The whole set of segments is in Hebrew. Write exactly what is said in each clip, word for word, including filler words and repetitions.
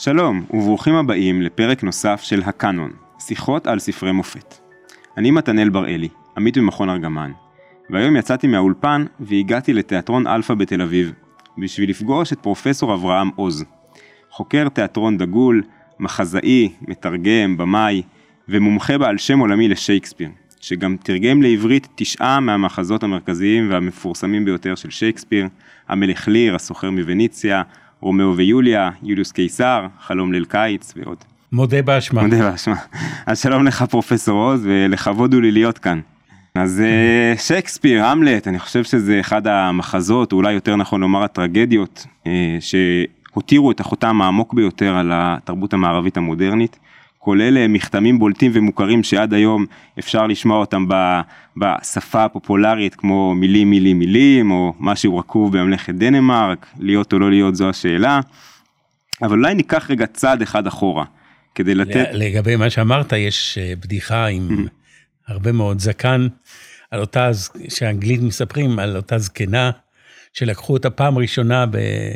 שלום וברוכים הבאים לפרק נוסף של הקאנון, שיחות על ספרי מופת. אני מתנאל בראלי, עמית במכון ארגמן, והיום יצאתי מהאולפן והגעתי לתיאטרון אלפא בתל אביב, בשביל לפגוש את פרופסור אברהם עוז, חוקר תיאטרון דגול, מחזאי, מתרגם, במאי, ומומחה בעל שם עולמי לשייקספיר, שגם תרגם לעברית תשעה מהמחזות המרכזיים והמפורסמים ביותר של שייקספיר, המלך ליר, הסוחר מווניציה, רומאו ויוליה, יוליוס קיסר, חלום ליל קיץ ועוד. מודה באשמה. מודה באשמה. אז שלום לך פרופסור עוז, ולכבוד הוא לי להיות כאן. אז שייקספיר, המלט, אני חושב שזה אחד המחזות, או אולי יותר נכון לומר הטרגדיות, שהותירו את החותם העמוק ביותר על התרבות המערבית המודרנית, כולל מכתמים בולטים ומוכרים שעד היום אפשר לשמוע אותם בשפה הפופולרית, כמו מילים, מילים, מילים, או משהו רקוב בממלכת דנמרק, להיות או לא להיות זו השאלה. אבל אולי ניקח רגע צעד אחד אחורה, כדי לתת... לגבי מה שאמרת, יש בדיחה עם הרבה מאוד זקן, על אותה, שהאנגלית מספרים על אותה זקנה, שלקחו אותה פעם ראשונה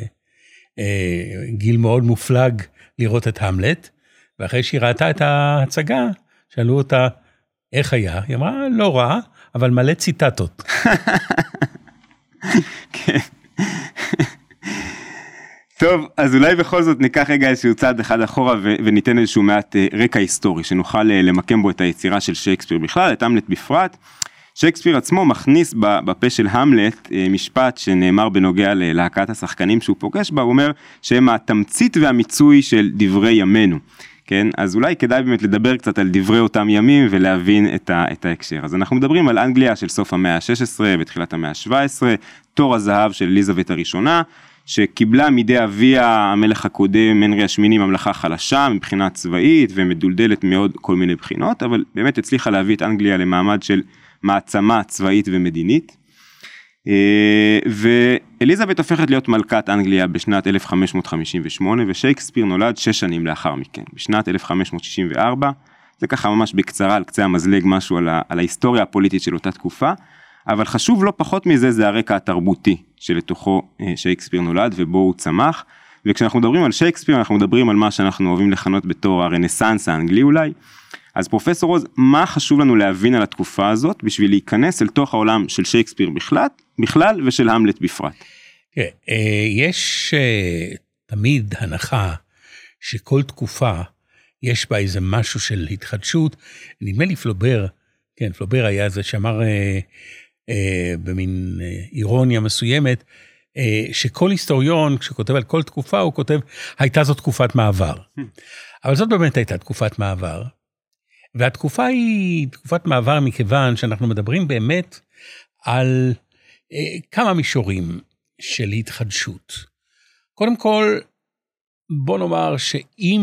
בגיל מאוד מופלג לראות את המלט, ואחרי שהיא ראתה את ההצגה, שאלו אותה, איך היה? היא אמרה, לא רע, אבל מלא ציטטות. כן. טוב, אז אולי בכל זאת ניקח רגע איזשהו צעד אחד אחורה, וניתן איזשהו מעט רקע היסטורי, שנוכל למקם בו את היצירה של שייקספיר בכלל, את המלט בפרט. שייקספיר עצמו מכניס בפה של המלט משפט שנאמר בנוגע ללהקת השחקנים שהוא פוגש בה, הוא אומר שהם התמצית והמיצוי של דברי ימינו. כן, אז אולי כדאי באמת לדבר קצת על דברי אותם ימים ולהבין את, ה, את ההקשר. אז אנחנו מדברים על אנגליה של סוף המאה ה-שש עשרה ותחילת המאה ה-שבע עשרה, תור הזהב של אליזבת הראשונה, שקיבלה מידי אביה המלך הקודם, הנרי השמיני, ממלכה חלשה מבחינה צבאית ומדולדלת מאוד כל מיני בחינות, אבל באמת הצליחה להביא את אנגליה למעמד של מעצמה צבאית ומדינית. ואליזבת הופכת להיות מלכת אנגליה בשנת אלף חמש מאות חמישים ושמונה, ושייקספיר נולד שש שנים לאחר מכן, בשנת אלף חמש מאות שישים וארבע, זה ככה ממש בקצרה על קצה המזלג משהו על, ה, על ההיסטוריה הפוליטית של אותה תקופה, אבל חשוב לא פחות מזה זה הרקע התרבותי שלתוכו שייקספיר נולד ובו הוא צמח, וכשאנחנו מדברים על שייקספיר אנחנו מדברים על מה שאנחנו אוהבים לכנות בתור הרנסנס האנגלי אולי, אז פרופסור עוז, מה חשוב לנו להבין על התקופה הזאת, בשביל להיכנס אל תוך העולם של שייקספיר בכלל, בכלל ושל המלט בפרט? יש תמיד הנחה שכל תקופה יש בה איזה משהו של התחדשות, נדמה לי פלובר, כן, פלובר היה זה שאמר במין אירוניה מסוימת, שכל היסטוריון, כשכותב על כל תקופה, הוא כותב, הייתה זו תקופת מעבר. אבל זאת באמת הייתה תקופת מעבר, והתקופה היא תקופת מעבר מכיוון שאנחנו מדברים באמת על אה, כמה מישורים של התחדשות. קודם כל, בוא נאמר שאם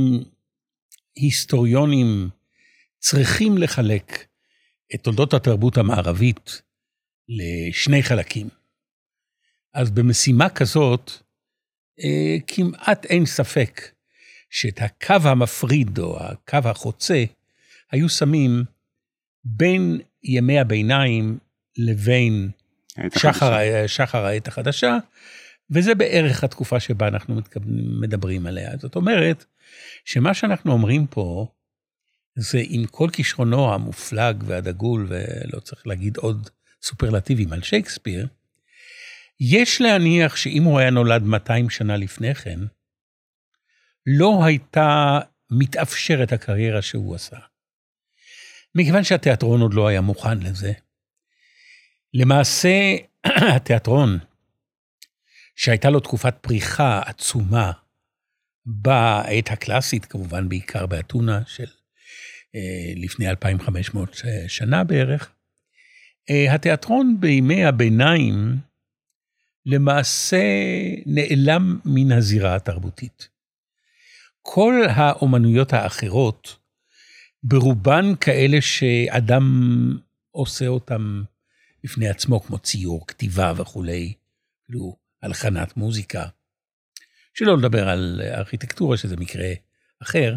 היסטוריונים צריכים לחלק את תולדות התרבות המערבית לשני חלקים, אז במשימה כזאת אה, כמעט אין ספק שאת הקו המפריד או הקו החוצה, היו שמים בין ימי הביניים לבין שחר, שחר העת החדשה, וזה בערך התקופה שבה אנחנו מדברים עליה. זאת אומרת, שמה שאנחנו אומרים פה, זה עם כל כישרונו המופלג והדגול, ולא צריך להגיד עוד סופרלטיבים על שייקספיר, יש להניח שאם הוא היה נולד מאתיים שנה לפני כן, לא הייתה מתאפשרת הקריירה שהוא עשה. מכיוון שהתיאטרון עוד לא היה מוכן לזה. למעשה, התיאטרון, שהייתה לו תקופת פריחה עצומה, בעת הקלאסית, כמובן בעיקר באתונה של לפני אלפיים וחמש מאות שנה בערך, התיאטרון בימי הביניים, למעשה נעלם מן הזירה התרבותית. כל האומנויות האחרות, ברובן כאלה שאדם עושה אותם לפני עצמו, כמו ציור, כתיבה וכולי, כאילו הלחנת מוזיקה, שלא לדבר על ארכיטקטורה, שזה מקרה אחר,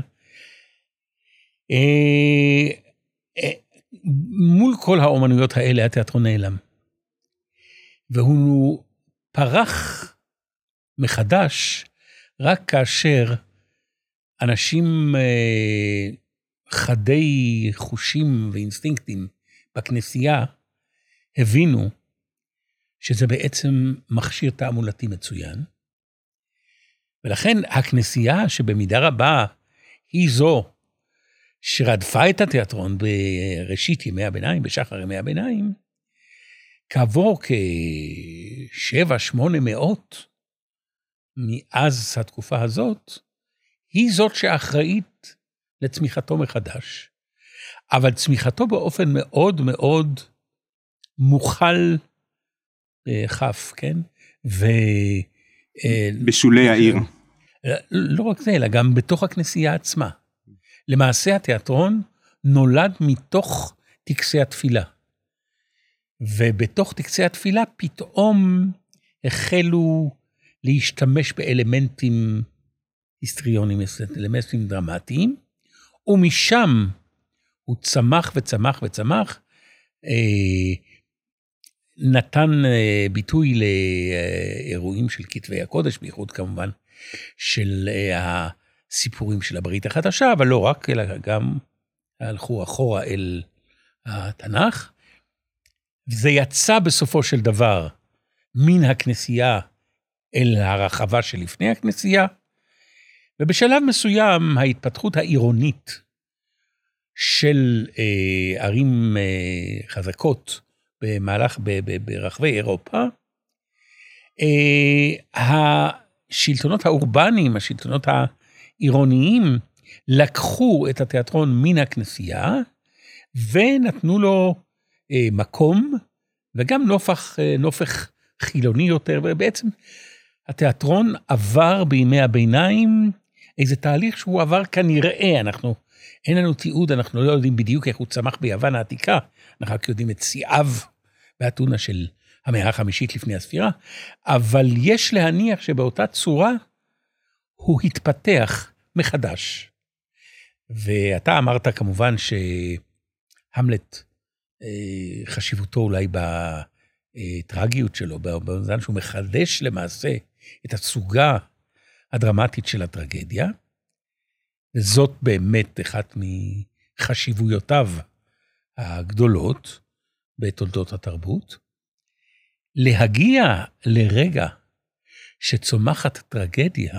מול כל האומנויות האלה, התיאטרון נעלם. והוא פרח מחדש, רק כאשר אנשים אה, חדי חושים ואינסטינקטים בכנסייה, הבינו שזה בעצם מכשיר תעמולתי מצוין, ולכן הכנסייה שבמידה רבה היא זו שרדפה את התיאטרון בראשית ימי הביניים, בשחר ימי הביניים, כעבור כשבע, שמונה מאות מאז התקופה הזאת, היא זאת שאחראית לצמיחתו מחדש. אבל צמיחתו באופן מאוד מאוד מוכל חף, כן? ו... בשולי העיר. לא רק זה, אלא גם בתוך הכנסייה עצמה. למעשה התיאטרון נולד מתוך טקסי התפילה. ובתוך טקסי התפילה פתאום החלו להשתמש באלמנטים היסטריונים, אלמנטים דרמטיים, ומשם הוא צמח וצמח וצמח, נתן ביטוי לאירועים של כתבי הקודש, בייחוד כמובן של הסיפורים של הברית החדשה, אבל לא רק, אלא גם הלכו אחורה אל התנ"ך. זה יצא בסופו של דבר מן הכנסייה אל הרחבה שלפני הכנסייה, ובשלב מסוים ההתפתחות העירונית של אה, ערים אה, חזקות במהלך, ב, ב, ברחבי אירופה, אה, השלטונות האורבניים, השלטונות העירוניים, לקחו את התיאטרון מן הכנסייה, ונתנו לו אה, מקום, וגם נופח, אה, נופח חילוני יותר, ובעצם התיאטרון עבר בימי הביניים, איזה תהליך שהוא עבר כנראה, אנחנו, אין לנו תיעוד, אנחנו לא יודעים בדיוק איך הוא צמח ביוון העתיקה, אנחנו רק יודעים את שיאיו באתונה של המאה החמישית לפני הספירה, אבל יש להניח שבאותה צורה הוא התפתח מחדש. ואתה אמרת כמובן שהמלט, חשיבותו אולי בטרגיות שלו, במובן שהוא מחדש למעשה את הסוגה הדרמטית של הטרגדיה, וזאת באמת אחת מחשיבויותיו הגדולות בתולדות התרבות. להגיע לרגע שצומחת טרגדיה,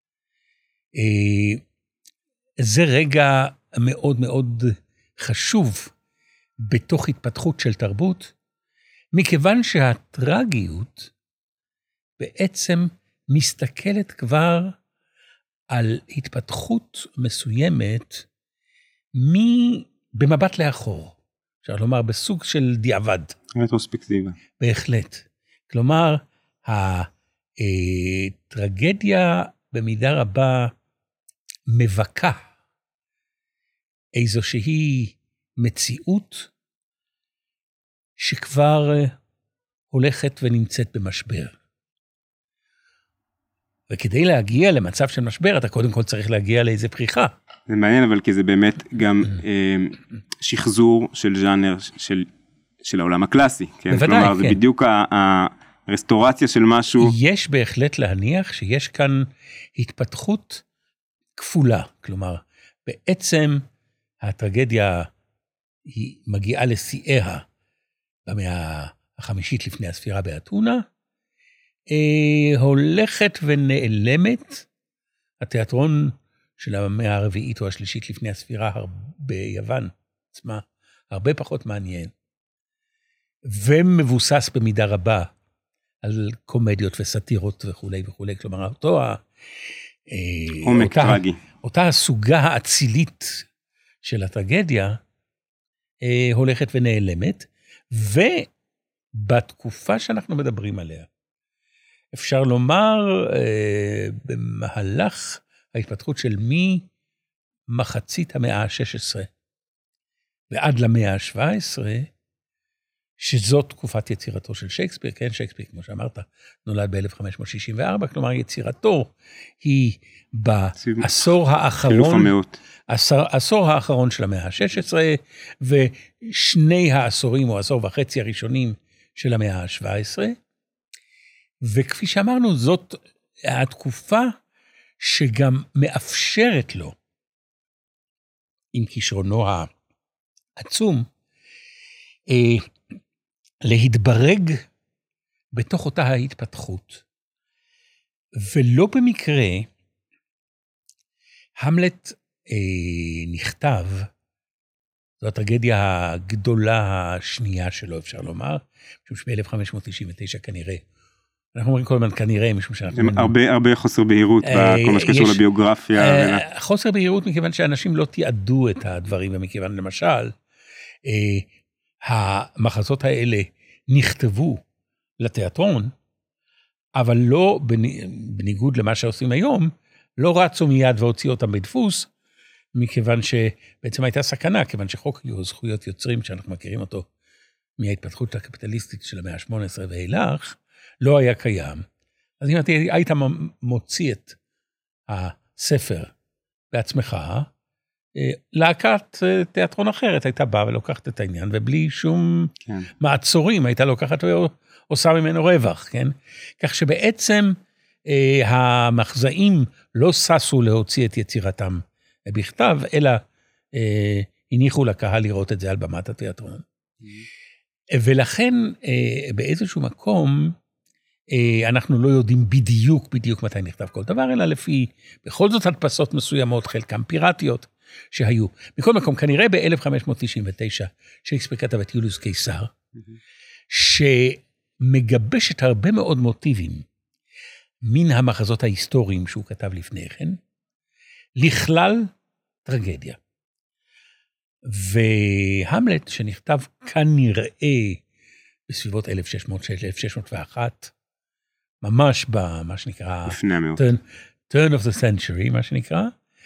זה רגע מאוד מאוד חשוב בתוך התפתחות של תרבות, מכיוון שהטרגיות בעצם מסתכלת כבר על התפתחות מסוימת במבט לאחור. אפשר לומר בסוג של דיעבד. רטרוספקטיבה. בהחלט. כלומר, הטרגדיה במידה רבה מבקה איזושהי מציאות שכבר הולכת ונמצאת במשבר. וכדי להגיע למצב של משבר, אתה קודם כל צריך להגיע לאיזה פריחה. זה מעניין, אבל כי זה באמת גם אה, שחזור של ז'אנר של, של העולם הקלאסי. כן? בוודאי, כלומר, כן. זה בדיוק הרסטורציה של משהו. יש בהחלט להניח שיש כאן התפתחות כפולה. כלומר, בעצם הטרגדיה היא מגיעה לשיאיה במאה החמישית לפני הספירה באתונה, אה, הולכת ונעלמת. התיאטרון של המאה הרביעית או השלישית לפני הספירה ביוון עצמה, הרבה פחות מעניין, ומבוסס במידה רבה על קומדיות וסטירות וכו' וכו'. כלומר, אותו, עומק אותה, טרגי. אותה הסוגה האצילית של הטרגדיה אה, הולכת ונעלמת, ובתקופה שאנחנו מדברים עליה, אפשר לומר, אה, במהלך ההתפתחות של ממחצית המאה ה-שש עשרה ועד למאה ה-שבע עשרה, שזאת תקופת יצירתו של שייקספיר, כן, שייקספיר, כמו שאמרת, נולד ב-אלף חמש מאות שישים וארבע, כלומר יצירתו היא בעשור האחרון, עשור, עשור האחרון של המאה ה-שש עשרה, ושני העשורים או עשור וחצי הראשונים של המאה ה-שבע עשרה, וכפי שאמרנו, זאת התקופה שגם מאפשרת לו, עם כישרונו העצום, אה, להתברג בתוך אותה ההתפתחות. ולא במקרה, המלט אה, נכתב, זו הטרגדיה הגדולה השנייה שלו, אפשר לומר, משום שב-אלף חמש מאות תשעים ותשע כנראה, אנחנו אומרים כל הזמן כנראה, משום שאנחנו... הרבה, הרבה חוסר בהירות בכל מה שקשור לביוגרפיה. חוסר בהירות מכיוון שאנשים לא תיעדו את הדברים, ומכיוון למשל, המחזות האלה נכתבו לתיאטרון, אבל לא, בניגוד למה שעושים היום, לא רצו מיד והוציאו אותם בדפוס, מכיוון שבעצם הייתה סכנה, כיוון שחוק זכויות יוצרים, שאנחנו מכירים אותו מההתפתחות הקפיטליסטית של המאה ה-שמונה עשרה ואילך, לא היה קיים. אז אם אתה היית מוציא את הספר בעצמך, להקת תיאטרון אחרת הייתה באה ולוקחת את העניין, ובלי שום כן. מעצורים, הייתה לוקחת ועושה ממנו רווח, כן? כך שבעצם אה, המחזאים לא ססו להוציא את יצירתם בכתב, אלא אה, הניחו לקהל לראות את זה על במת התיאטרון. Mm. ולכן אה, באיזשהו מקום, אה, אנחנו לא יודעים בדיוק, בדיוק מתי נכתב כל דבר, אלא לפי בכל זאת הדפסות מסוימות, חלקם פיראטיות, שהיו. מכל מקום, כנראה ב-אלף חמש מאות תשעים ותשע, שייקספיר כתב את יוליוס קיסר, שמגבשת הרבה מאוד מוטיבים, מן המחזות ההיסטוריים שהוא כתב לפני כן, לכלל טרגדיה. והמלט, שנכתב כנראה בסביבות אלף שש מאות אלף שש מאות ואחת, ממש במה שנקרא... לפני המאות. turn, turn of the century, מה שנקרא,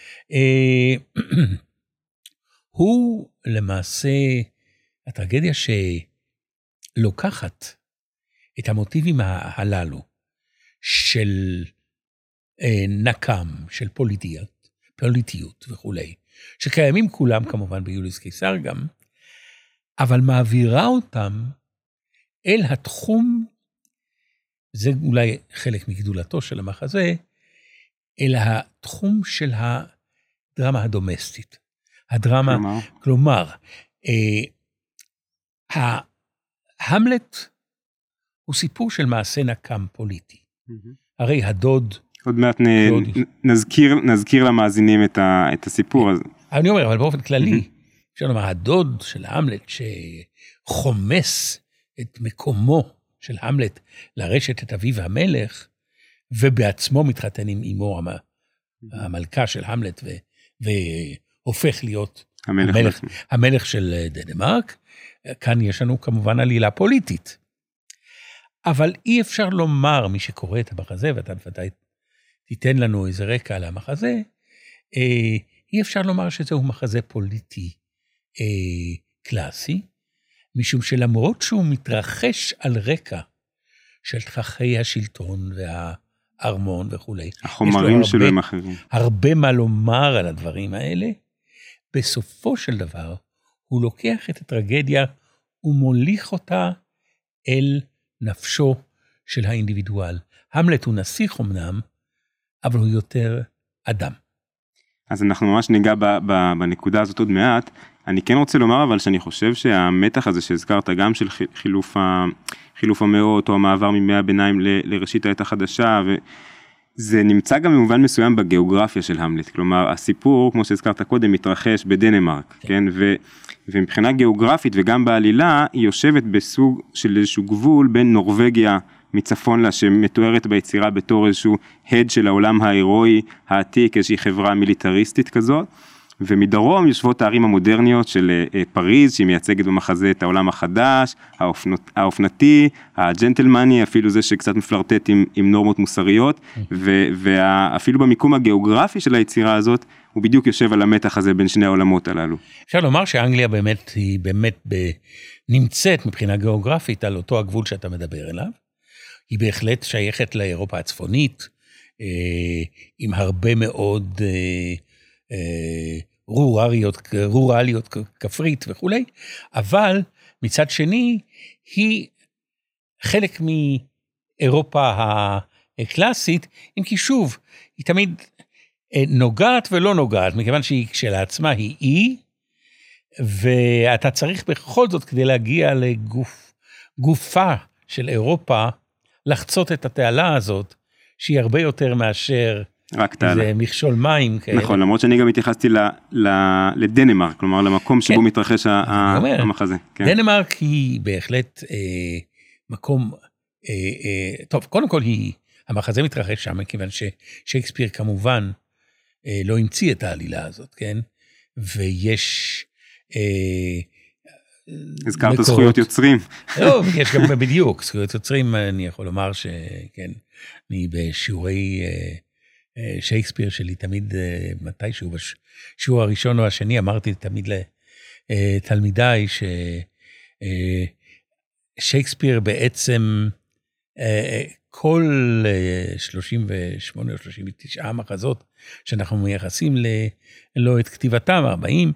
הוא למעשה הטרגדיה שלוקחת את המוטיבים הללו של נקם, של פוליטיות, פוליטיות וכולי, שקיימים כולם כמובן ביוליוס קיסר גם, אבל מעבירה אותם אל התחום, זה אולי חלק מגדולתו של המחזה, אל התחום של הדרמה הדומסטית. הדרמה, כלומר, כלומר אה, ההמלט הוא סיפור של מעשה נקם פוליטי. Mm-hmm. הרי הדוד... עוד מעט נ, נזכיר, נזכיר למאזינים את, ה, את הסיפור הזה. אני אומר, אבל באופן כללי, mm-hmm. אפשר לומר, הדוד של ההמלט שחומס את מקומו של המלט לרשת את אביו המלך, ובעצמו מתחתן עם אמו המלכה של המלט, ו, והופך להיות המלך, המלך, המלך של דנמרק. כאן יש לנו כמובן עלילה פוליטית. אבל אי אפשר לומר, מי שקורא את המחזה, ואתה בוודאי תיתן לנו איזה רקע על המחזה, אי אפשר לומר שזהו מחזה פוליטי קלאסי, משום שלמרות שהוא מתרחש על רקע של תככי השלטון וה... ארמון וכולי. החומרים שלו הם אחרים. הרבה מה לומר על הדברים האלה. בסופו של דבר, הוא לוקח את הטרגדיה ומוליך אותה אל נפשו של האינדיבידואל. המלט הוא נסיך אמנם, אבל הוא יותר אדם. אז אנחנו ממש ניגע ב- ב- בנקודה הזאת עוד מעט. אני כן רוצה לומר אבל שאני חושב שהמתח הזה שהזכרת גם של חילוף, ה, חילוף המאות או המעבר מימי הביניים ל, לראשית העת החדשה, וזה נמצא גם במובן מסוים בגיאוגרפיה של המלט. כלומר, הסיפור, כמו שהזכרת קודם, מתרחש בדנמרק, כן? כן? ו, ומבחינה גיאוגרפית וגם בעלילה, היא יושבת בסוג של איזשהו גבול בין נורווגיה מצפון לה, שמתוארת ביצירה בתור איזשהו הד של העולם ההירואי העתיק, איזושהי חברה מיליטריסטית כזאת, ומדרום יושבות הערים המודרניות של פריז, שהיא מייצגת במחזה את העולם החדש, האופנות, האופנתי, הג'נטלמני, אפילו זה שקצת מפלרטט עם, עם נורמות מוסריות, ו, ואפילו במיקום הגיאוגרפי של היצירה הזאת, הוא בדיוק יושב על המתח הזה בין שני העולמות הללו. אפשר לומר שאנגליה באמת, היא באמת ב, נמצאת מבחינה גיאוגרפית על אותו הגבול שאתה מדבר אליו, היא בהחלט שייכת לאירופה הצפונית, אה, עם הרבה מאוד... אה, רורליות, רורליות כפרית וכולי, אבל מצד שני היא חלק מאירופה הקלאסית, אם כי שוב, היא תמיד נוגעת ולא נוגעת, מכיוון שהיא כשלעצמה היא אי, ואתה צריך בכל זאת כדי להגיע לגוף, גופה של אירופה, לחצות את התעלה הזאת, שהיא הרבה יותר מאשר רק תעלה. מכשול מים כאלה. נכון, למרות שאני גם התייחסתי ל, ל, לדנמרק, כלומר למקום שבו כן. מתרחש המחזה. כן. דנמרק היא בהחלט אה, מקום, אה, אה, טוב, קודם כל היא, המחזה מתרחש שם, כיוון ששייקספיר כמובן אה, לא המציא את העלילה הזאת, כן? ויש... הזכרת זכויות יוצרים. לא, יש גם בדיוק, זכויות יוצרים, אני יכול לומר שכן, אני בשיעורי שייקספיר שלי תמיד, מתישהו, בשיעור הראשון או השני, אמרתי תמיד לתלמידיי, ששייקספיר בעצם, כל שלושים ושמונה או שלושים ותשע מחזות, שאנחנו מייחסים לו את כתיבתם, ארבעים,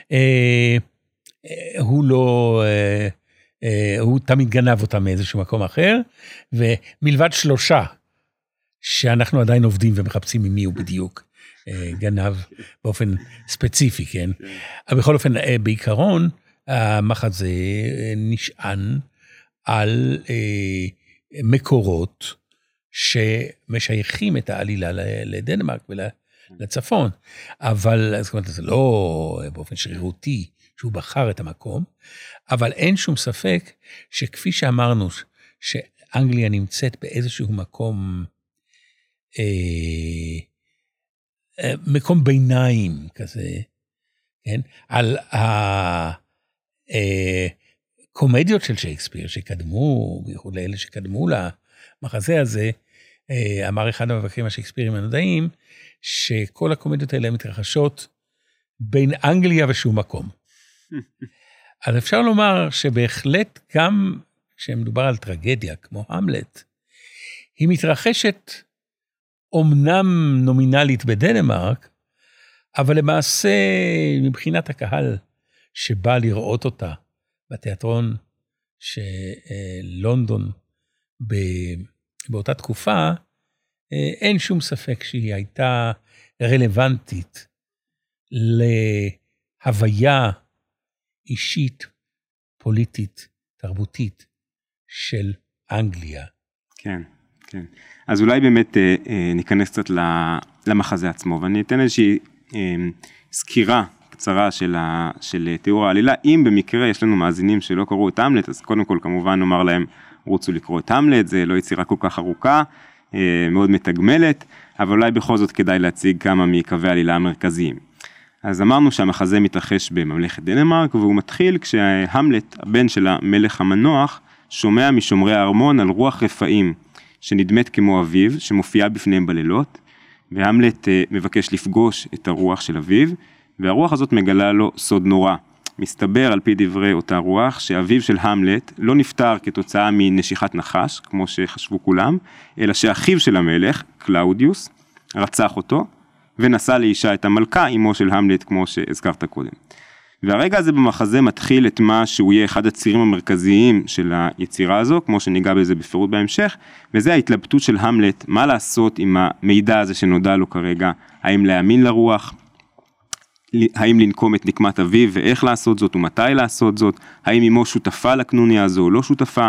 הוא לא, הוא תמיד גנב אותם מאיזשהו מקום אחר, ומלבד שלושה, שאנחנו עדיין עובדים ומחפשים ממי הוא בדיוק גנב באופן ספציפי, כן? אבל בכל אופן, בעיקרון, המחזה נשען על מקורות שמשייכים את העלילה לדנמרק ולצפון, אבל זאת אומרת, זה לא באופן שרירותי שהוא בחר את המקום, אבל אין שום ספק שכפי שאמרנו, שאנגליה נמצאת באיזשהו מקום, אה, מקום ביניים כזה, כן? על הקומדיות של שייקספיר שקדמו, בייחוד לאלה שקדמו למחזה הזה, אמר אחד המבקרים השייקספירים הנודעים, שכל הקומדיות האלה מתרחשות בין אנגליה ושום מקום. אז אפשר לומר שבהחלט גם כשמדובר על טרגדיה כמו המלט, היא מתרחשת אומנם נומינלית בדנמרק, אבל למעשה מבחינת הקהל שבא לראות אותה בתיאטרון שלונדון באותה תקופה, אין שום ספק שהיא הייתה רלוונטית להוויה אישית, פוליטית, תרבותית של אנגליה. כן, כן. אז אולי באמת אה, אה, ניכנס קצת למחזה עצמו, ואני אתן איזושהי אה, סקירה קצרה של, ה, של תיאור העלילה. אם במקרה יש לנו מאזינים שלא קראו את המלט, אז קודם כל כמובן נאמר להם, רוצו לקרוא את המלט, זה לא יצירה כל כך ארוכה, אה, מאוד מתגמלת, אבל אולי בכל זאת כדאי להציג כמה מקווי העלילה המרכזיים. אז אמרנו שהמחזה מתרחש בממלכת דנמרק, והוא מתחיל כשהמלט, הבן של המלך המנוח, שומע משומרי הארמון על רוח רפאים, שנדמת כמו אביו, שמופיעה בפניהם בלילות, והמלט מבקש לפגוש את הרוח של אביו, והרוח הזאת מגלה לו סוד נורא. מסתבר על פי דברי אותה רוח, שאביו של המלט לא נפטר כתוצאה מנשיכת נחש, כמו שחשבו כולם, אלא שאחיו של המלך, קלאודיוס, רצח אותו, ונשא לאישה את המלכה, אמו של המלט, כמו שהזכרת קודם. והרגע הזה במחזה מתחיל את מה שהוא יהיה אחד הצירים המרכזיים של היצירה הזו, כמו שניגע בזה בפירוט בהמשך, וזה ההתלבטות של המלט, מה לעשות עם המידע הזה שנודע לו כרגע, האם להאמין לרוח, האם לנקום את נקמת אביו, ואיך לעשות זאת ומתי לעשות זאת, האם אמו שותפה לקנוניה הזו או לא שותפה,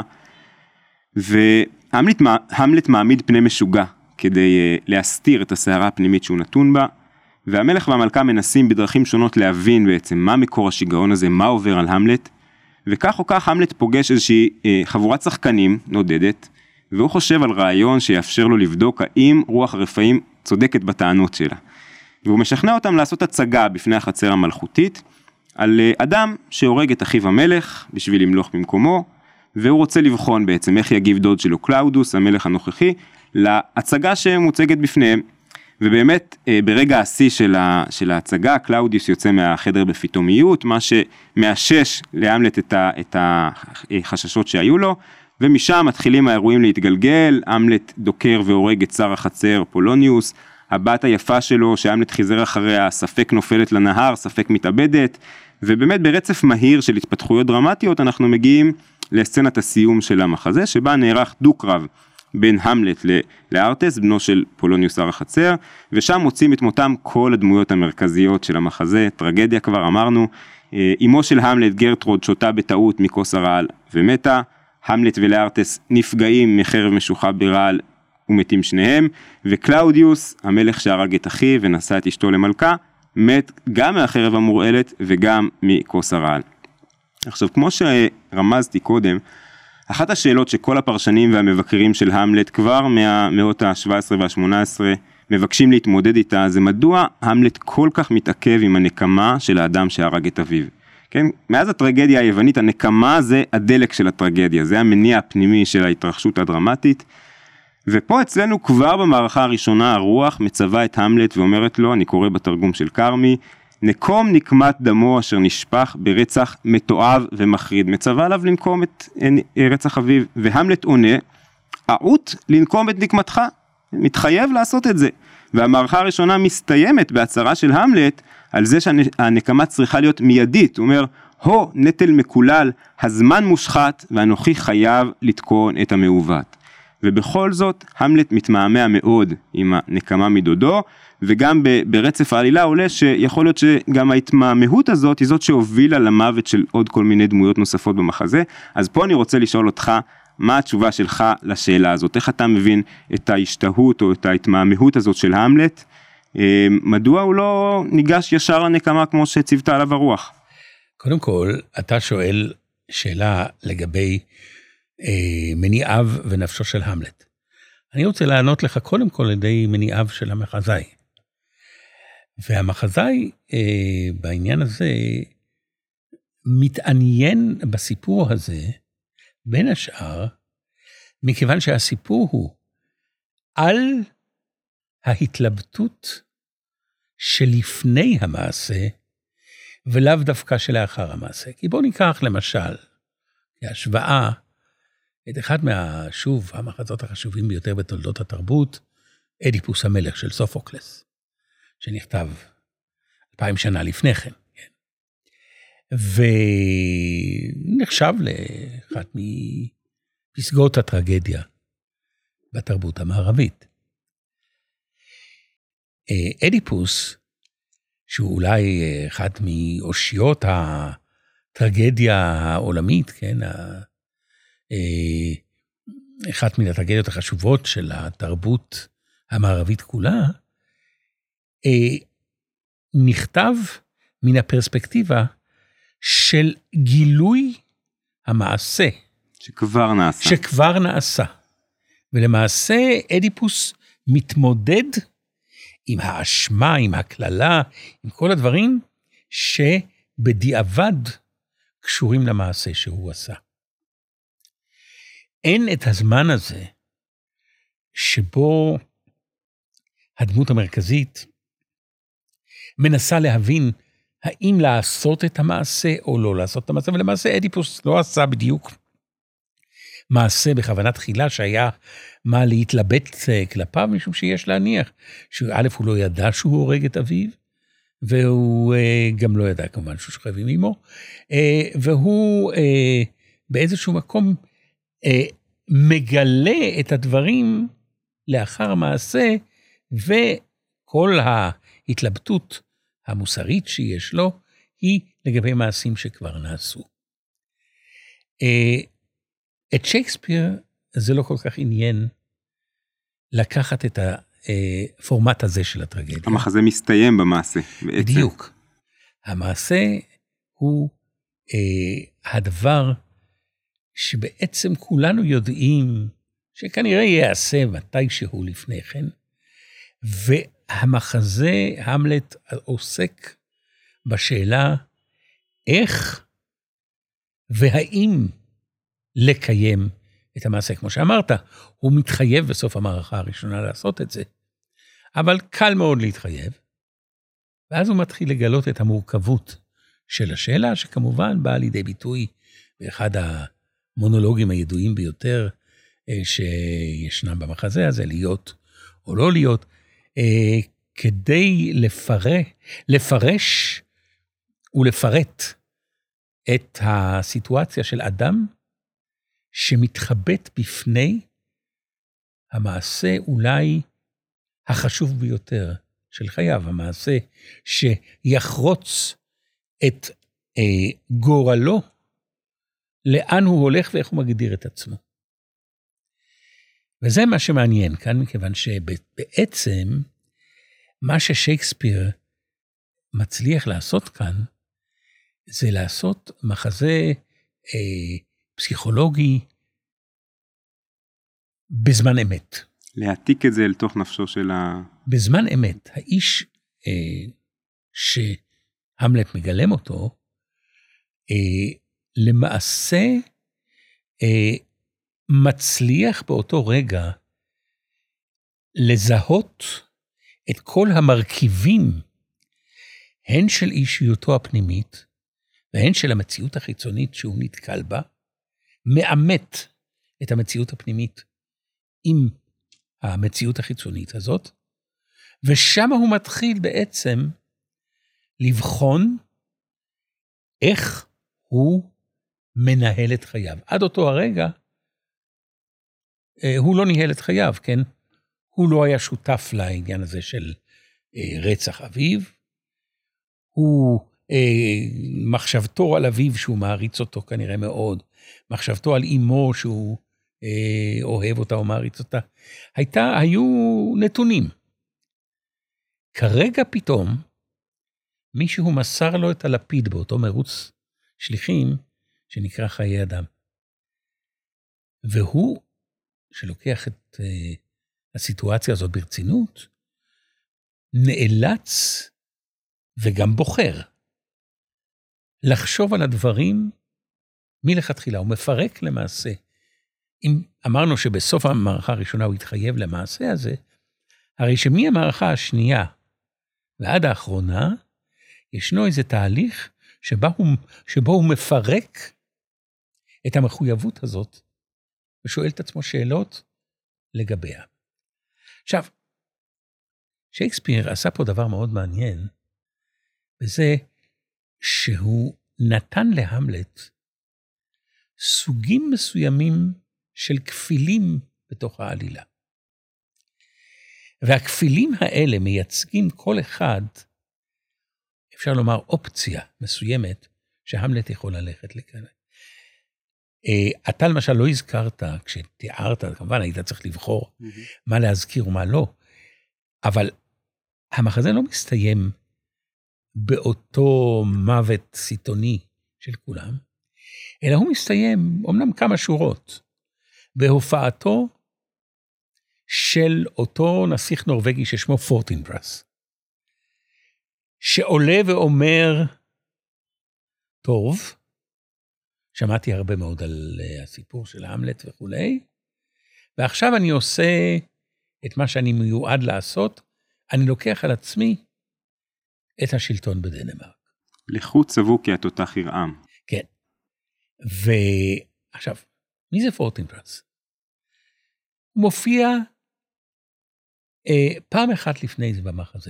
והמלט מעמיד פני משוגע, כדי להסתיר את הסערה הפנימית שהוא נתון בה, והמלך והמלכה מנסים בדרכים שונות להבין בעצם מה מקור השיגעון הזה, מה עובר על המלט, וכך או כך המלט פוגש איזושהי חבורת שחקנים נודדת, והוא חושב על רעיון שיאפשר לו לבדוק האם רוח הרפאים צודקת בטענות שלה. והוא משכנע אותם לעשות הצגה בפני החצר המלכותית, על אדם שהורג את אחיו המלך בשביל למלוך במקומו, והוא רוצה לבחון בעצם איך יגיב דוד שלו קלאודוס, המלך הנוכחי, להצגה שמוצגת בפניהם. ובאמת ברגע השיא של, של ההצגה, קלאודיוס יוצא מהחדר בפתאומיות, מה שמאשש להמלט את, ה, את החששות שהיו לו, ומשם מתחילים האירועים להתגלגל, המלט דוקר והורג את שר החצר פולוניוס, הבת היפה שלו שהמלט חיזר אחריה, ספק נופלת לנהר, ספק מתאבדת, ובאמת ברצף מהיר של התפתחויות דרמטיות אנחנו מגיעים לסצנת הסיום של המחזה, שבה נערך דו-קרב בין המלט לארטס, בנו של פולוניוס הר החצר, ושם מוצאים את מותם כל הדמויות המרכזיות של המחזה, טרגדיה כבר אמרנו, אמו של המלט גרטרוד שותה בטעות מכוס הרעל ומתה, המלט ולארטס נפגעים מחרב משוחה ברעל ומתים שניהם, וקלאודיוס, המלך שהרג את אחיו ונשא את אשתו למלכה, מת גם מהחרב המורעלת וגם מכוס הרעל. עכשיו, כמו שרמזתי קודם, אחת השאלות שכל הפרשנים והמבקרים של המלט כבר מהמאות ה-שבע עשרה וה-שמונה עשרה מבקשים להתמודד איתה, זה מדוע המלט כל כך מתעכב עם הנקמה של האדם שהרג את אביו. כן? מאז הטרגדיה היוונית, הנקמה זה הדלק של הטרגדיה, זה המניע הפנימי של ההתרחשות הדרמטית, ופה אצלנו כבר במערכה הראשונה הרוח מצווה את המלט ואומרת לו, אני קורא בתרגום של קרמי, נקום נקמת דמו אשר נשפך ברצח מתועב ומחריד, מצווה עליו לנקום את רצח אביו, והמלט עונה, אעות לנקום את נקמתך, מתחייב לעשות את זה, והמערכה הראשונה מסתיימת בהצהרה של המלט, על זה שהנקמה צריכה להיות מיידית, הוא אומר, הו נטל מקולל, הזמן מושחת, ואנוכי חייב לתקון את המעוות. ובכל זאת, המלט מתמהמה מאוד עם הנקמה מדודו, וגם ברצף העלילה עולה שיכול להיות שגם ההתמהמהות הזאת היא זאת שהובילה למוות של עוד כל מיני דמויות נוספות במחזה. אז פה אני רוצה לשאול אותך, מה התשובה שלך לשאלה הזאת? איך אתה מבין את ההשתהות או את ההתמהמהות הזאת של המלט? מדוע הוא לא ניגש ישר לנקמה כמו שציוותה עליו הרוח? קודם כל, אתה שואל שאלה לגבי אה, מניעיו ונפשו של המלט. אני רוצה לענות לך קודם כל לידי מניעיו של המחזאי. והמחזאי אה, בעניין הזה מתעניין בסיפור הזה, בין השאר, מכיוון שהסיפור הוא על ההתלבטות שלפני המעשה, ולאו דווקא שלאחר המעשה. כי בואו ניקח למשל, כהשוואה, את אחד מהשוב המחזות החשובים ביותר בתולדות התרבות, אדיפוס המלך של סופוקלס, שנכתב אלפיים שנה לפני כן. כן. ונחשב לאחת מפסגות הטרגדיה בתרבות המערבית. אדיפוס, שהוא אולי אחד מאושיות הטרגדיה העולמית, כן, אחת מן הטרגדיות החשובות של התרבות המערבית כולה, נכתב מן הפרספקטיבה של גילוי המעשה. שכבר נעשה. שכבר נעשה. ולמעשה אדיפוס מתמודד עם האשמה, עם הכללה, עם כל הדברים שבדיעבד קשורים למעשה שהוא עשה. אין את הזמן הזה שבו הדמות המרכזית מנסה להבין האם לעשות את המעשה או לא לעשות את המעשה, ולמעשה אדיפוס לא עשה בדיוק מעשה בכוונת תחילה שהיה מה להתלבט כלפיו, משום שיש להניח שא' הוא לא ידע שהוא הורג את אביו, והוא גם לא ידע כמובן שהוא שוכב עם אמו, והוא באיזשהו מקום מגלה את הדברים לאחר המעשה, וכל ההתלבטות המוסרית שיש לו, היא לגבי מעשים שכבר נעשו. את שייקספיר זה לא כל כך עניין לקחת את הפורמט הזה של הטרגדיה. המחזה מסתיים במעשה. בעצם. בדיוק. המעשה הוא אה, הדבר שבעצם כולנו יודעים שכנראה יעשה מתישהו לפני כן, והמחזה המלט עוסק בשאלה איך והאם לקיים את המעשה. כמו שאמרת, הוא מתחייב בסוף המערכה הראשונה לעשות את זה, אבל קל מאוד להתחייב, ואז הוא מתחיל לגלות את המורכבות של השאלה, שכמובן באה לידי ביטוי באחד המונולוגים הידועים ביותר שישנם במחזה הזה, להיות או לא להיות, כדי לפרש, לפרש ולפרט את הסיטואציה של אדם שמתחבט בפני המעשה אולי החשוב ביותר של חייו, המעשה שיחרוץ את אה, גורלו, לאן הוא הולך ואיך הוא מגדיר את עצמו. וזה מה שמעניין כאן, מכיוון שבעצם מה ששייקספיר מצליח לעשות כאן, זה לעשות מחזה אה, פסיכולוגי בזמן אמת. להעתיק את זה אל תוך נפשו של ה... בזמן אמת, האיש אה, שהמלט מגלם אותו, אה, למעשה אה, מצליח באותו רגע לזהות את כל המרכיבים, הן של אישיותו הפנימית, והן של המציאות החיצונית שהוא נתקל בה, מאמת את המציאות הפנימית עם המציאות החיצונית הזאת, ושם הוא מתחיל בעצם לבחון איך הוא מנהל את חייו. עד אותו הרגע, הוא לא ניהל את חייו, כן? הוא לא היה שותף לעניין הזה של רצח אביו, הוא מחשבתו על אביו שהוא מעריץ אותו כנראה מאוד, מחשבתו על אמו שהוא אוהב אותה או מעריץ אותה, הייתה, היו נתונים. כרגע פתאום, מישהו מסר לו את הלפיד באותו מרוץ שליחים, שנקרא חיי אדם. והוא, שלוקח את uh, הסיטואציה הזאת ברצינות, נאלץ וגם בוחר לחשוב על הדברים מלכתחילה. הוא מפרק למעשה. אם אמרנו שבסוף המערכה הראשונה הוא התחייב למעשה הזה, הרי שמהמערכה השנייה ועד האחרונה, ישנו איזה תהליך שבו הוא, שבו הוא מפרק את המחויבות הזאת, ושואל את עצמו שאלות לגביה. עכשיו, שייקספיר עשה פה דבר מאוד מעניין, וזה שהוא נתן להמלט סוגים מסוימים של כפילים בתוך העלילה. והכפילים האלה מייצגים כל אחד, אפשר לומר אופציה מסוימת, שהמלט יכול ללכת לכאן. אתה למשל לא הזכרת, כשתיארת, כמובן היית צריך לבחור mm-hmm. מה להזכיר ומה לא, אבל המחזה לא מסתיים באותו מוות סיטוני של כולם, אלא הוא מסתיים, אומנם כמה שורות, בהופעתו של אותו נסיך נורווגי ששמו פורטינברס, שעולה ואומר, טוב, שמעתי הרבה מאוד על הסיפור של המלט וכו', ועכשיו אני עושה את מה שאני מיועד לעשות, אני לוקח על עצמי את השלטון בדנמרק. לחוץ צבו כי התותח ירעם. כן. ועכשיו, מי זה פורטינברס? הוא מופיע אה, פעם אחת לפני זה במחזה.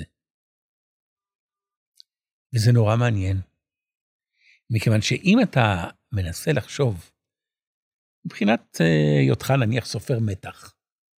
וזה נורא מעניין. מכיוון שאם אתה מנסה לחשוב, מבחינת היותך אה, נניח סופר מתח,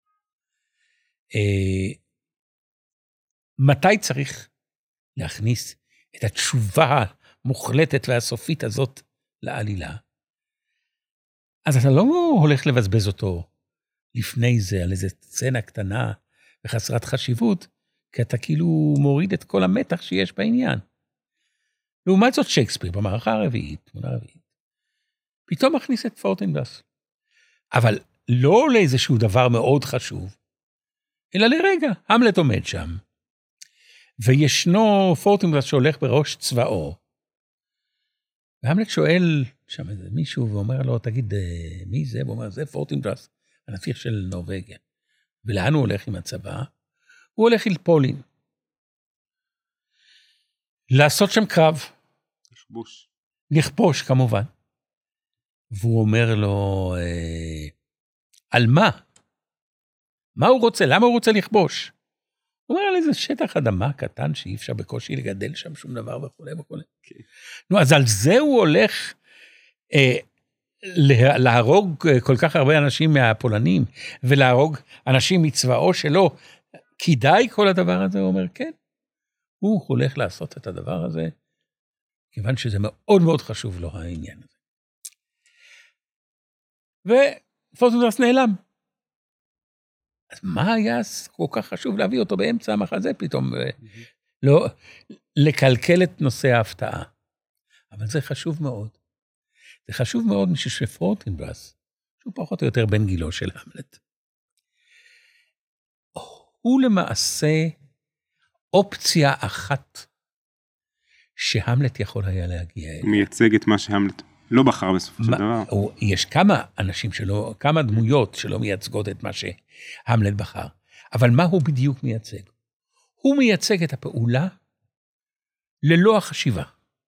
אה, מתי צריך להכניס את התשובה המוחלטת והסופית הזאת לעלילה? אז אתה לא הולך לבזבז אותו לפני זה על איזו סצנה קטנה וחסרת חשיבות, כי אתה כאילו מוריד את כל המתח שיש בעניין. לעומת זאת שייקספיר, במערכה הרביעית, תמונה הרביעית, פתאום מכניס את פורטינברס. אבל לא לאיזשהו דבר מאוד חשוב, אלא לרגע, המלט עומד שם, וישנו פורטינברס שהולך בראש צבאו, והמלט שואל שם איזה מישהו, ואומר לו, תגיד, מי זה? הוא אומר, זה פורטינברס, הנסיך של נורווגיה. ולאן הוא הולך עם הצבא? הוא הולך אל פולין. לעשות שם קרב. לכבוש. לכבוש, כמובן. והוא אומר לו, אה, על מה? מה הוא רוצה? למה הוא רוצה לכבוש? הוא אומר על איזה שטח אדמה קטן, שאי אפשר בקושי לגדל שם שום דבר וכו' וכו'. Okay. נו, אז על זה הוא הולך אה, להרוג כל כך הרבה אנשים מהפולנים, ולהרוג אנשים מצבאו שלו, כדאי כל הדבר הזה? הוא אומר, כן, הוא הולך לעשות את הדבר הזה, כיוון שזה מאוד מאוד חשוב לו העניין הזה. ופורטינברס נעלם. אז מה היה כל כך חשוב להביא אותו באמצע המחזה פתאום? לא, לקלקל את נושא ההפתעה. אבל זה חשוב מאוד. זה חשוב מאוד משהו שפורטינברס, שהוא פחות או יותר בן גילו של המלט. הוא למעשה אופציה אחת שהמלט יכול היה להגיע אליה. הוא מייצג את מה שהמלט לא בחר בסופו של דבר. יש כמה אנשים שלא, כמה דמויות שלא מייצגות את מה שהמלט בחר. אבל מה הוא בדיוק מייצג? הוא מייצג את הפעולה ללא החשיבה.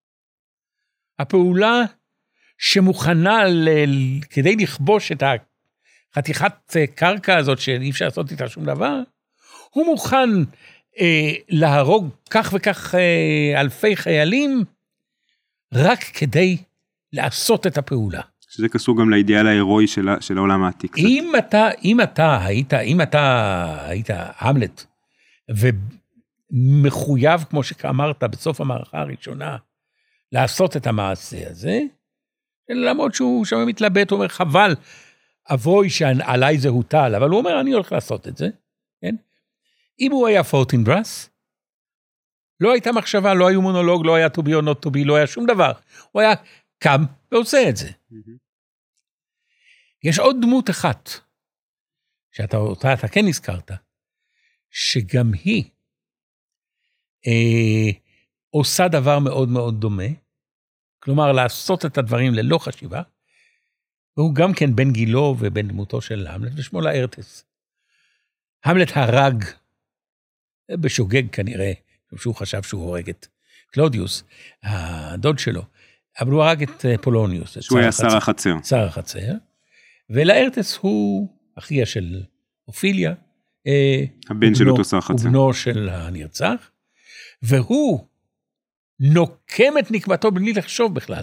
הפעולה שמוכנה ל... כדי לכבוש את החתיכת קרקע הזאת שאי אפשר לעשות איתה שום דבר, הוא מוכן אה, להרוג כך וכך אה, אלפי חיילים, רק כדי לעשות את הפעולה. שזה קשור גם לאידיאל ההירואי של, של העולם העתיק. אם אתה, אם אתה היית, אם אתה היית המלט, ומחויב, כמו שאמרת, בסוף המערכה הראשונה, לעשות את המעשה הזה, למרות שהוא שם מתלבט, הוא אומר, חבל, אבוי שעליי זה הוטל, אבל הוא אומר, אני הולך לעשות את זה, כן? אם הוא היה פורטינברס, לא הייתה מחשבה, לא היו מונולוג, לא היה to be or not to be, לא היה שום דבר. הוא היה קם ועושה את זה. Mm-hmm. יש עוד דמות אחת, שאתה אותה, אתה כן הזכרת, שגם היא אה, עושה דבר מאוד מאוד דומה, כלומר, לעשות את הדברים ללא חשיבה, והוא גם כן בן גילו ובן דמותו של המלט, ושמו לארטס. המלט הרג, בשוגג כנראה, שהוא חשב שהוא הורג את קלודיוס, הדוד שלו, אבל הוא הרג את פולוניוס. שהוא היה שר החצר. שר החצר, ולארטס הוא אחיה של אופיליה, הבן של אותו שר החצר. ובנו של הנרצח, והוא נוקם את נקמתו בלי לחשוב בכלל.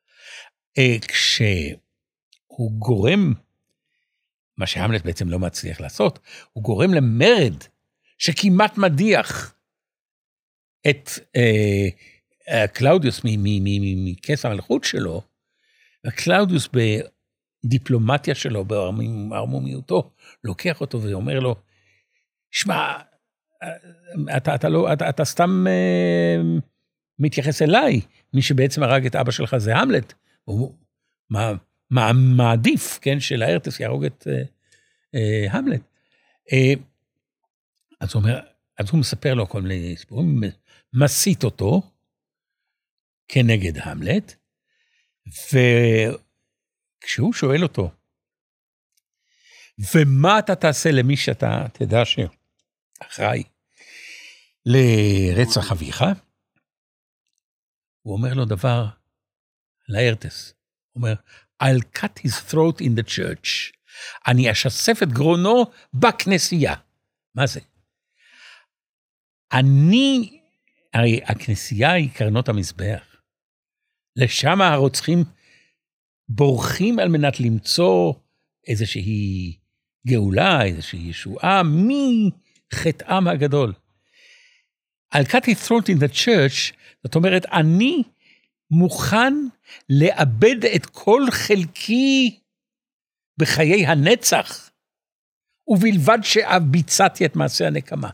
כשהוא גורם, מה שהמלט בעצם לא מצליח לעשות, הוא גורם למרד שכמעט מדיח את אה, אה, קלאודיוס מכס המלכות שלו, וקלאודיוס בדיפלומטיה שלו, בערמומיותו, לוקח אותו ואומר לו, שמע, אתה, אתה, לא, אתה, אתה סתם אה, מתייחס אליי, מי שבעצם הרג את אבא שלך זה המלט, הוא מה, מה, מעדיף, כן, שלארטס יהרוג את אה, אה, המלט. אה, אז הוא אומר, אז הוא מספר לו כל מיני סיפורים, מסית אותו כנגד המלט, וכשהוא שואל אותו, ומה אתה תעשה למי שאתה תדע שאחראי לרצח אביך? הוא אומר לו דבר לארטס, הוא אומר, I'll cut his throat in the church, אני אשסף את גרונו בכנסייה. מה זה? אני, הרי הכנסייה היא קרנות המזבח, לשם הרוצחים בורחים על מנת למצוא איזושהי גאולה, איזושהי ישועה, מחטאם הגדול. I'll cut his throat in the church, זאת אומרת, אני מוכן לאבד את כל חלקי בחיי הנצח, ובלבד שביצעתי את מעשה הנקמה.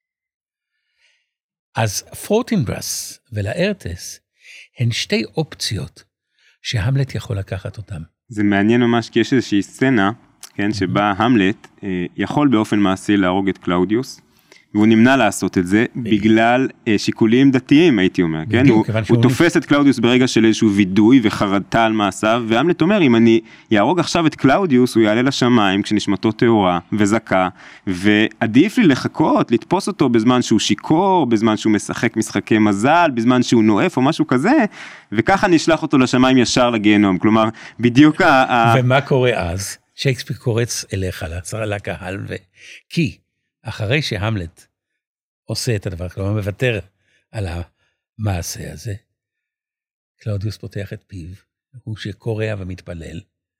אז פורטינברס ולארטס הן שתי אופציות שהמלט יכול לקחת אותם. זה מעניין ממש, כי יש איזושהי סצנה, כן, שבה המלט אה, יכול באופן מעשי להרוג את קלאודיוס, והוא נמנע לעשות את זה בגלל אה, שיקולים דתיים, הייתי אומר, כן? הוא, הוא תופס את קלאודיוס ברגע של איזשהו וידוי וחרטה על מעשיו, והמלט אומר, אם אני יהרוג עכשיו את קלאודיוס, הוא יעלה לשמיים כשנשמתו טהורה וזכה, ועדיף לי לחכות, לתפוס אותו בזמן שהוא שיקור, בזמן שהוא משחק משחקי מזל, בזמן שהוא נואף או משהו כזה, וככה נשלח אותו לשמיים ישר לגיהנום. כלומר, בדיוק ה... ומה קורה אז? שייקספיר קורץ אליך, לקהל, ו... כי אחרי שהמלט עושה את הדבר, כלומר מוותר על המעשה הזה, קלאודיוס פותח את פיו, הוא שקורא ומתפלל,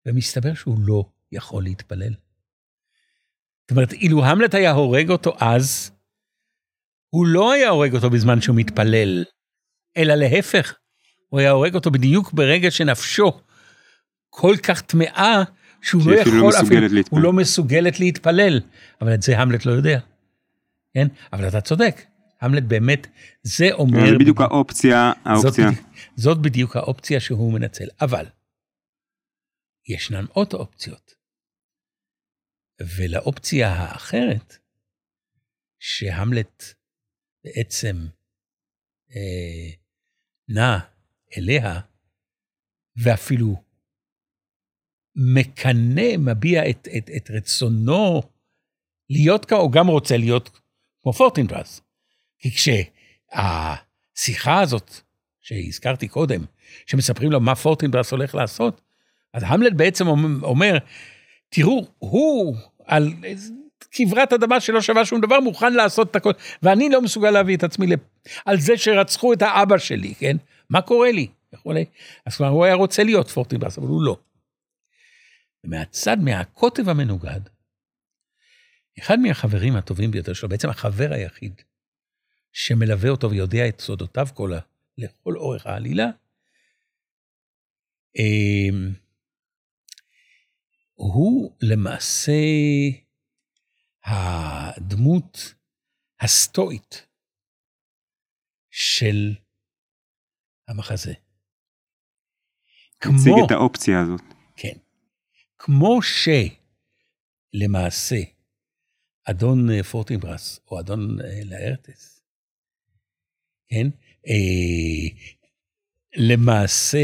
ומסתבר שהוא לא יכול להתפלל. זאת אומרת, אילו המלט היה הורג אותו אז, הוא לא היה הורג אותו בזמן שהוא מתפלל, אלא להפך, הוא היה הורג אותו בדיוק ברגע שנפשו כל כך טמאה, שהוא לא יכול, לא אפילו, הוא לא מסוגלת להתפלל, אבל את זה המלט לא יודע. כן? אבל אתה צודק, המלט באמת, זה אומר... זה בדיוק האופציה, האופציה. זאת, זאת בדיוק האופציה שהוא מנצל, אבל ישנן עוד אופציות, ולאופציה האחרת, שהמלט בעצם אה, נע אליה, ואפילו מקנה, מביע את, את, את רצונו להיות, או גם רוצה להיות כמו פורטינברס. כי כשהשיחה הזאת שהזכרתי קודם, שמספרים לו מה פורטינברס הולך לעשות, אז המלט בעצם אומר, תראו, הוא על כברת אדמה שלא שווה שום דבר, מוכן לעשות את הכל, ואני לא מסוגל להביא את עצמי על זה שרצחו את האבא שלי, כן? מה קורה לי? אז כבר הוא היה רוצה להיות פורטינברס, אבל הוא לא. ומהצד, מהקוטב המנוגד, אחד מהחברים הטובים ביותר שלו, בעצם החבר היחיד, שמלווה אותו ויודע את סודותיו כל, לכל אורך העלילה, הוא למעשה הדמות הסטואית של המחזה. הציג את האופציה הזאת. כן. כמו שלמעשה אדון פורטינברס, או אדון לארטס, כן? למעשה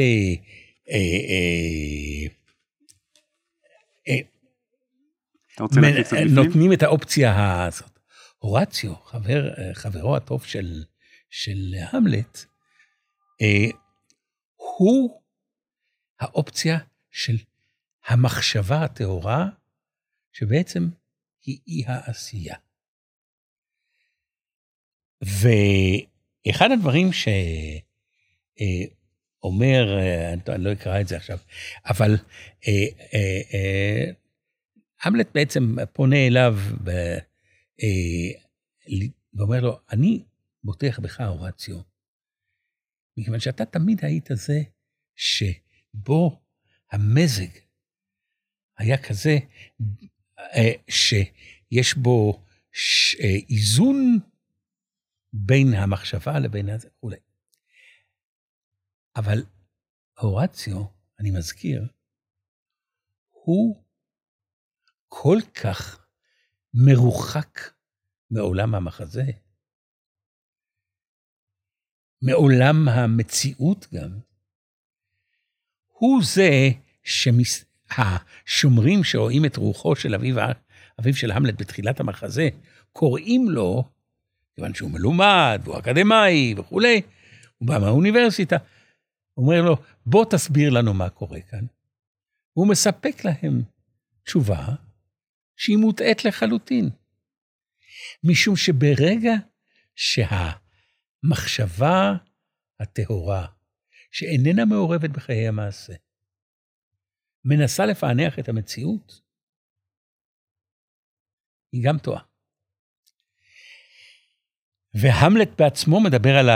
נותנים את האופציה הזאת. הורציו, חבר, חברו הטוב של, של המלט, הוא האופציה של המחשבה הטהורה, שבעצם היא אי העשייה. ואחד הדברים שאומר, אני לא אקרא את זה עכשיו, אבל המלט בעצם פונה אליו ואומר לו, אני בוטח בך, הורציו, מכיוון שאתה תמיד היית זה שבו המזג היה כזה שיש בו איזון בין המחשבה לבין הזה וכו'. אבל הורציו, אני מזכיר, הוא כל כך מרוחק מעולם המחזה, מעולם המציאות גם, הוא זה שהשומרים שרואים את רוחו של אביו, אביו של המלט בתחילת המחזה, קוראים לו, כיוון שהוא מלומד, והוא אקדמאי וכו', הוא בא מהאוניברסיטה, הוא אומר לו, בוא תסביר לנו מה קורה כאן. הוא מספק להם תשובה שהיא מוטעת לחלוטין. משום שברגע שהמחשבה הטהורה, שאיננה מעורבת בחיי המעשה, מנסה לפענח את המציאות, היא גם טועה. והמלט בעצמו מדבר על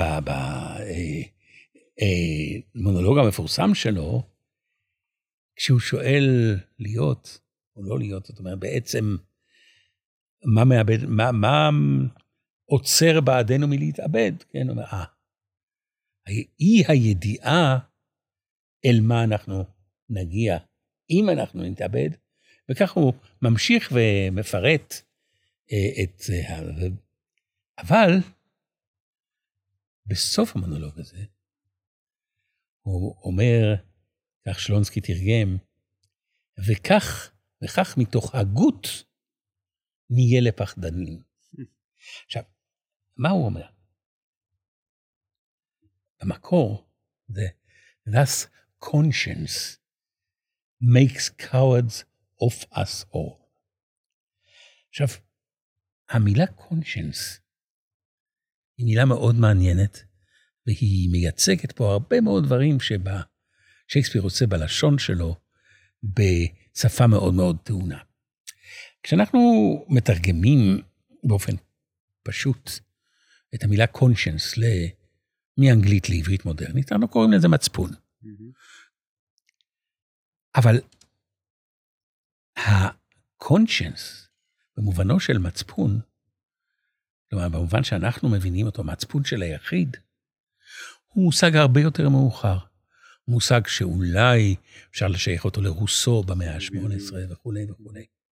המונולוג המפורסם שלו, כשהוא שואל להיות או לא להיות, זאת אומרת, בעצם מה מאבד, מה, מה עוצר בעדנו מלהתאבד, כן? הוא אומר, אה, אי הידיעה אל מה אנחנו נגיע, אם אנחנו נתאבד, וכך הוא ממשיך ומפרט את זה. אבל בסוף המונולוג הזה, הוא אומר, כך שלונסקי תרגם, וכך, וכך מתוך הגות נהיה לפחדנים. עכשיו, מה הוא אומר? במקור, זה, thus conscience makes cowards of us all. עכשיו, המילה conscience היא מילה מאוד מעניינת, והיא מייצגת פה הרבה מאוד דברים שבה שייקספיר רוצה בלשון שלו בשפה מאוד מאוד טעונה. כשאנחנו מתרגמים באופן פשוט את המילה conscience מאנגלית לעברית מודרנית, אנחנו קוראים לזה מצפון. אבל ה-conscience, במובנו של מצפון, כלומר, במובן שאנחנו מבינים אותו, מצפון של היחיד, הוא מושג הרבה יותר מאוחר. מושג שאולי אפשר לשייך אותו לרוסו במאה ה-שמונה עשרה וכו' וכו'.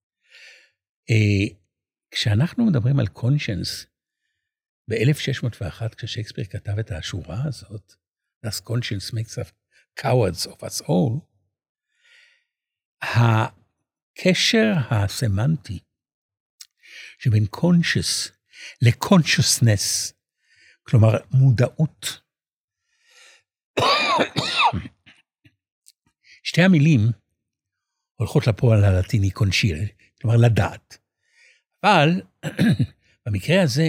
כשאנחנו מדברים על conscience, ב-אלף שש מאות ואחת, כששייקספיר כתב את השורה הזאת, Thus conscience makes us cowards of us all, הקשר הסמנטי שבין conscious ל-consciousness, כלומר מודעות, שתי המילים הולכות לפועל הלטיני קונשיר, כלומר לדעת. אבל במקרה הזה,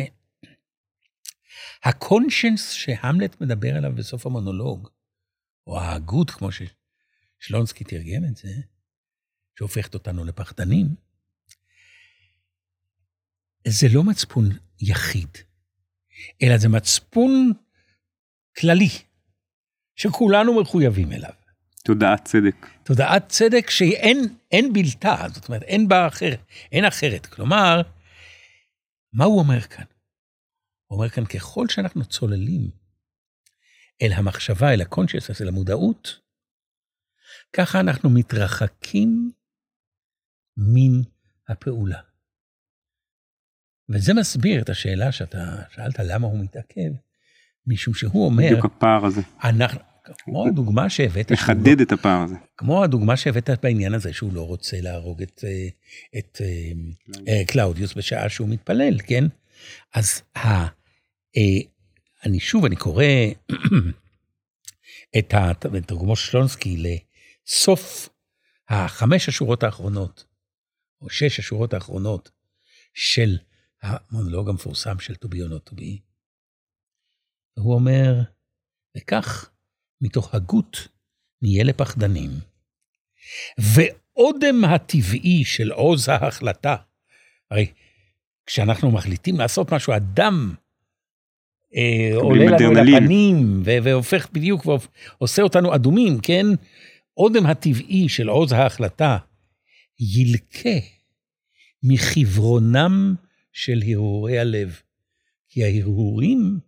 הקונשנס שהמלט מדבר עליו בסוף המונולוג, או ההגות, כמו ששלונסקי תרגם את זה, שהופכת אותנו לפחדנים, זה לא מצפון יחיד, אלא זה מצפון כללי, שכולנו מחויבים אליו. תודעת צדק. תודעת צדק שאין אין בלתה, זאת אומרת, אין בה אחר, אין אחרת. כלומר, מה הוא אומר כאן? הוא אומר כאן, ככל שאנחנו צוללים אל המחשבה, אל הקונשיוס, אל המודעות, ככה אנחנו מתרחקים מן הפעולה. וזה מסביר את השאלה שאתה שאלת למה הוא מתעכב, משום שהוא אומר... בדיוק הפער הזה. אנחנו... כמו הדוגמה שהבאת... מחדד את הפער הזה. כמו הדוגמה שהבאת בעניין הזה, שהוא לא רוצה להרוג את, את קלאודיוס בשעה שהוא מתפלל, כן? אז אני שוב, אני קורא את התרגומו של שלונסקי לסוף החמש השורות האחרונות, או שש השורות האחרונות של המונולוג המפורסם של To be or not to be. הוא אומר, וכך, מתוך הגות נהיה לפחדנים. ועודם הטבעי של עוז ההחלטה, הרי כשאנחנו מחליטים לעשות משהו, אדם אה, עולה לנו לפנים, ו- והופך בדיוק, ועושה אותנו אדומים, כן? עודם הטבעי של עוז ההחלטה, ילקה מחברונם של הרהורי הלב. כי ההרהורים,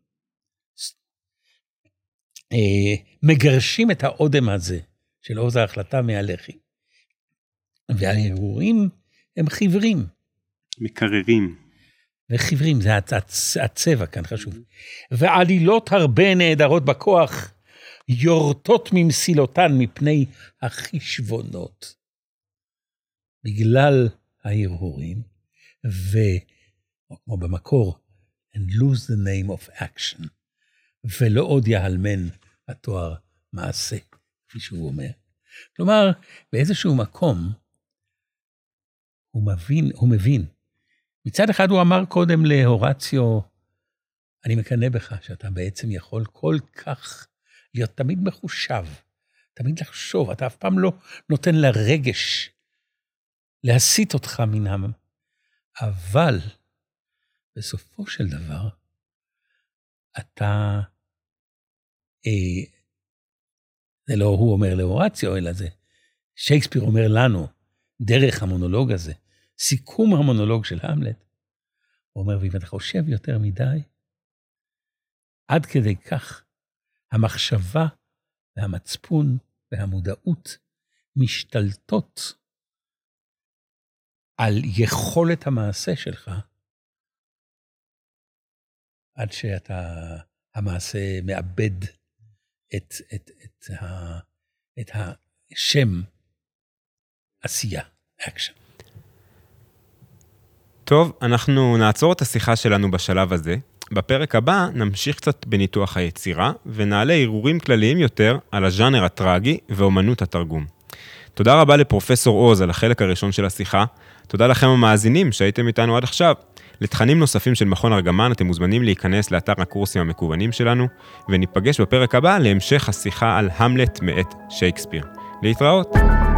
מגרשים את האודם הזה של עוז ההחלטה מהלחי. וההרהורים הם חיוורים. מקררים. וחיוורים, זה הצ... הצבע כאן חשוב. ועלילות הרבה נהדרות בכוח, יורטות ממסילותן מפני החשבונות. בגלל ההרהורים, וכמו במקור, and lose the name of action. ולא עוד יהלמן התואר מעשה, כפי שהוא אומר. כלומר, באיזשהו מקום, הוא מבין, הוא מבין. מצד אחד הוא אמר קודם להורציו, אני מקנא בך, שאתה בעצם יכול כל כך להיות תמיד מחושב, תמיד לחשוב, אתה אף פעם לא נותן לרגש להסיט אותך מן העם. אבל, בסופו של דבר, אתה, אה, זה לא הוא אומר להורציו, אלא זה שייקספיר אומר לנו, דרך המונולוג הזה, סיכום המונולוג של המלט, הוא אומר, ואם אתה חושב יותר מדי, עד כדי כך, המחשבה והמצפון והמודעות משתלטות על יכולת המעשה שלך, עד שאתה, המעשה מאבד את, את, את, ה, את השם עשייה, אקשן. טוב, אנחנו נעצור את השיחה שלנו בשלב הזה. בפרק הבא נמשיך קצת בניתוח היצירה, ונעלה ערעורים כלליים יותר על הז'אנר הטרגי ואומנות התרגום. תודה רבה לפרופסור עוז על החלק הראשון של השיחה. תודה לכם המאזינים שהייתם איתנו עד עכשיו. לתכנים נוספים של מכון ארגמן אתם מוזמנים להיכנס לאתר הקורסים המקוונים שלנו, וניפגש בפרק הבא להמשך השיחה על המלט מאת שייקספיר. להתראות.